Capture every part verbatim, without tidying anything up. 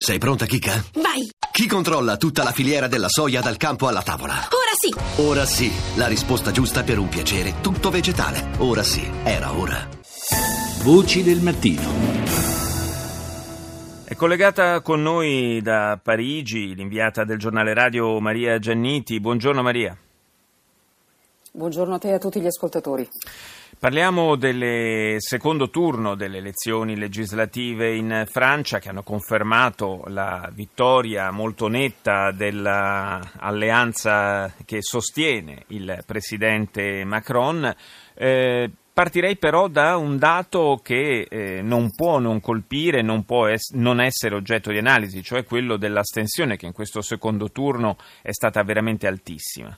Sei pronta, Kika? Vai! Chi controlla tutta la filiera della soia dal campo alla tavola? Ora sì! Ora sì, la risposta giusta per un piacere tutto vegetale. Ora sì, era ora. Voci del mattino. È collegata con noi da Parigi l'inviata del giornale radio Maria Gianniti. Buongiorno Maria. Buongiorno a te e a tutti gli ascoltatori. Parliamo del secondo turno delle elezioni legislative in Francia che hanno confermato la vittoria molto netta dell'alleanza che sostiene il presidente Macron. Eh, Partirei però da un dato che eh, non può non colpire, non può es- non essere oggetto di analisi, cioè quello dell'astensione che in questo secondo turno è stata veramente altissima.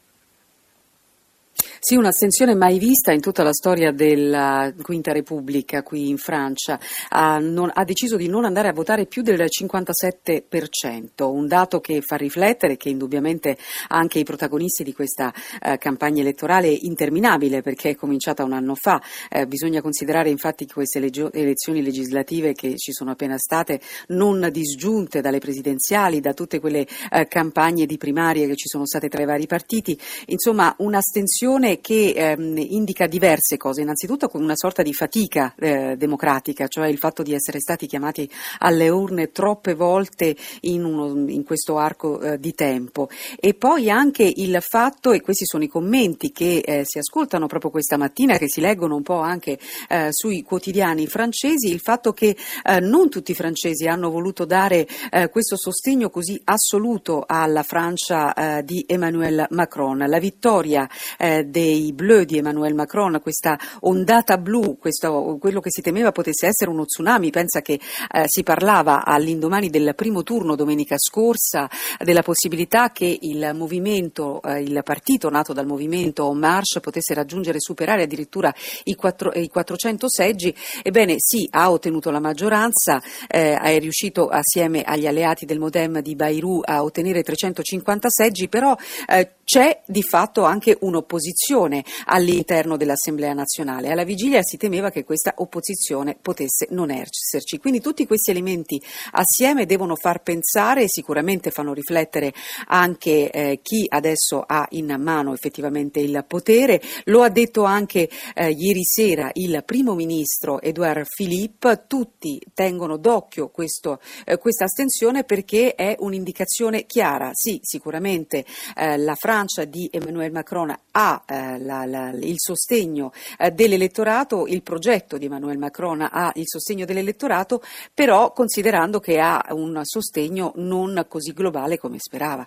Sì, un'astensione mai vista in tutta la storia della Quinta Repubblica qui in Francia. Ha, non, ha deciso di non andare a votare più del cinquantasette per cento, un dato che fa riflettere, che indubbiamente anche i protagonisti di questa eh, campagna elettorale interminabile, perché è cominciata un anno fa. Eh, bisogna considerare infatti che queste legio- elezioni legislative che ci sono appena state, non disgiunte dalle presidenziali, da tutte quelle eh, campagne di primarie che ci sono state tra i vari partiti, insomma un'astensione che ehm, indica diverse cose, innanzitutto con una sorta di fatica eh, democratica, cioè il fatto di essere stati chiamati alle urne troppe volte in, uno, in questo arco eh, di tempo, e poi anche il fatto, e questi sono i commenti che eh, si ascoltano proprio questa mattina, che si leggono un po' anche eh, sui quotidiani francesi, il fatto che eh, non tutti i francesi hanno voluto dare eh, questo sostegno così assoluto alla Francia eh, di Emmanuel Macron. La vittoria eh, dei Bleu di Emmanuel Macron, questa ondata blu, questo, quello che si temeva potesse essere uno tsunami. Pensa che eh, si parlava all'indomani del primo turno domenica scorsa della possibilità che il movimento, eh, il partito nato dal movimento En Marche potesse raggiungere e superare addirittura i, quattro, i quattrocento seggi. Ebbene sì, ha ottenuto la maggioranza, eh, è riuscito assieme agli alleati del Modem di Bayrou a ottenere trecentocinquanta seggi, però eh, c'è di fatto anche un'opposizione all'interno dell'Assemblea nazionale. Alla vigilia si temeva che questa opposizione potesse non esserci. Quindi tutti questi elementi assieme devono far pensare e sicuramente fanno riflettere anche eh, chi adesso ha in mano effettivamente il potere. Lo ha detto anche eh, ieri sera il primo ministro Édouard Philippe. Tutti tengono d'occhio questo, eh, questa astensione perché è un'indicazione chiara. Sì, sicuramente eh, la Francia di Emmanuel Macron ha eh, la, la, il sostegno eh, dell'elettorato, il progetto di Emmanuel Macron ha il sostegno dell'elettorato, però considerando che ha un sostegno non così globale come sperava.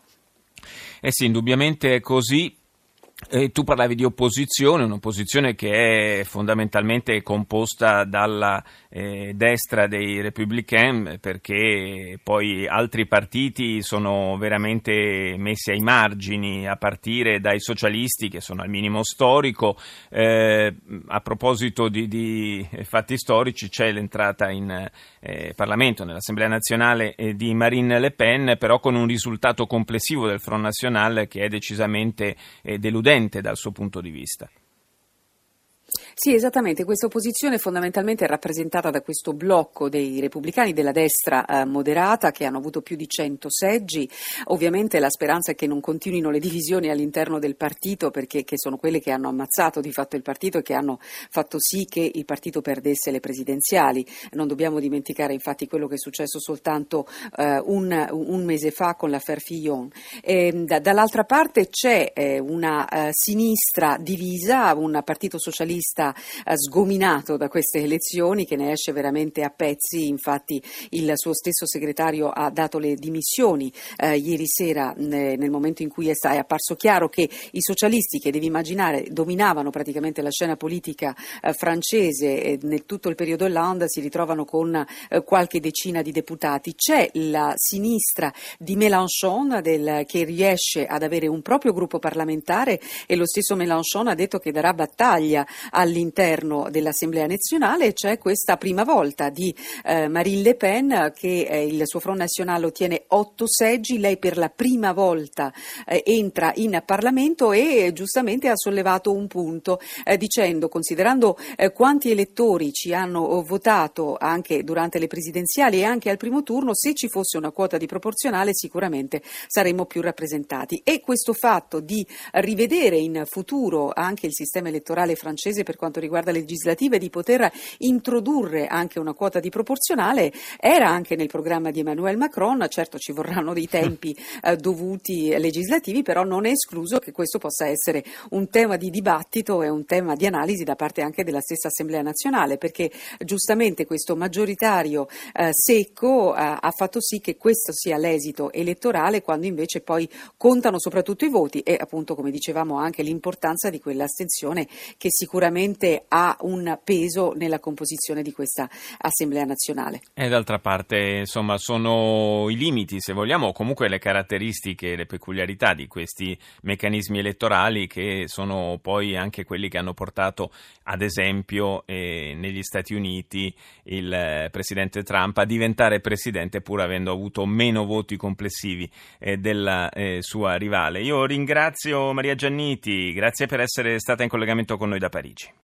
Eh sì, indubbiamente è così. Eh, tu parlavi di opposizione, un'opposizione che è fondamentalmente composta dalla eh, destra dei Républicains, perché poi altri partiti sono veramente messi ai margini, a partire dai socialisti che sono al minimo storico. Eh, a proposito di, di fatti storici, c'è l'entrata in eh, Parlamento, nell'Assemblea nazionale eh, di Marine Le Pen, però con un risultato complessivo del Front National che è decisamente eh, deludente dal suo punto di vista. Sì, esattamente, questa opposizione fondamentalmente è rappresentata da questo blocco dei repubblicani della destra eh, moderata che hanno avuto più di cento seggi. Ovviamente la speranza è che non continuino le divisioni all'interno del partito, perché che sono quelle che hanno ammazzato di fatto il partito e che hanno fatto sì che il partito perdesse le presidenziali. Non dobbiamo dimenticare infatti quello che è successo soltanto eh, un, un mese fa con l'affaire Fillon. E, da, dall'altra parte c'è eh, una eh, sinistra divisa, un partito socialista sgominato da queste elezioni che ne esce veramente a pezzi. Infatti il suo stesso segretario ha dato le dimissioni eh, ieri sera ne, nel momento in cui è, sta, è apparso chiaro che i socialisti, che devi immaginare dominavano praticamente la scena politica eh, francese eh, nel tutto il periodo Hollande, si ritrovano con eh, qualche decina di deputati. C'è la sinistra di Mélenchon del, che riesce ad avere un proprio gruppo parlamentare, e lo stesso Mélenchon ha detto che darà battaglia all'interno dell'Assemblea nazionale. C'è questa prima volta di eh, Marine Le Pen, che eh, il suo Front National ottiene otto seggi, lei per la prima volta eh, entra in Parlamento e eh, giustamente ha sollevato un punto eh, dicendo, considerando eh, quanti elettori ci hanno oh, votato anche durante le presidenziali e anche al primo turno, se ci fosse una quota di proporzionale sicuramente saremmo più rappresentati. E questo fatto di rivedere in futuro anche il sistema elettorale francese per quanto riguarda le legislative, di poter introdurre anche una quota di proporzionale, era anche nel programma di Emmanuel Macron. Certo, ci vorranno dei tempi eh, dovuti legislativi, però non è escluso che questo possa essere un tema di dibattito e un tema di analisi da parte anche della stessa Assemblea nazionale, perché giustamente questo maggioritario eh, secco eh, ha fatto sì che questo sia l'esito elettorale, quando invece poi contano soprattutto i voti e appunto, come dicevamo, anche l'importanza di quell'astensione che sicuramente ha un peso nella composizione di questa Assemblea nazionale. E d'altra parte, insomma, sono i limiti, se vogliamo, o comunque le caratteristiche, le peculiarità di questi meccanismi elettorali, che sono poi anche quelli che hanno portato, ad esempio, eh, negli Stati Uniti il eh, presidente Trump a diventare presidente pur avendo avuto meno voti complessivi eh, della eh, sua rivale. Io ringrazio Maria Gianniti, grazie per essere stata in collegamento con noi da Parigi.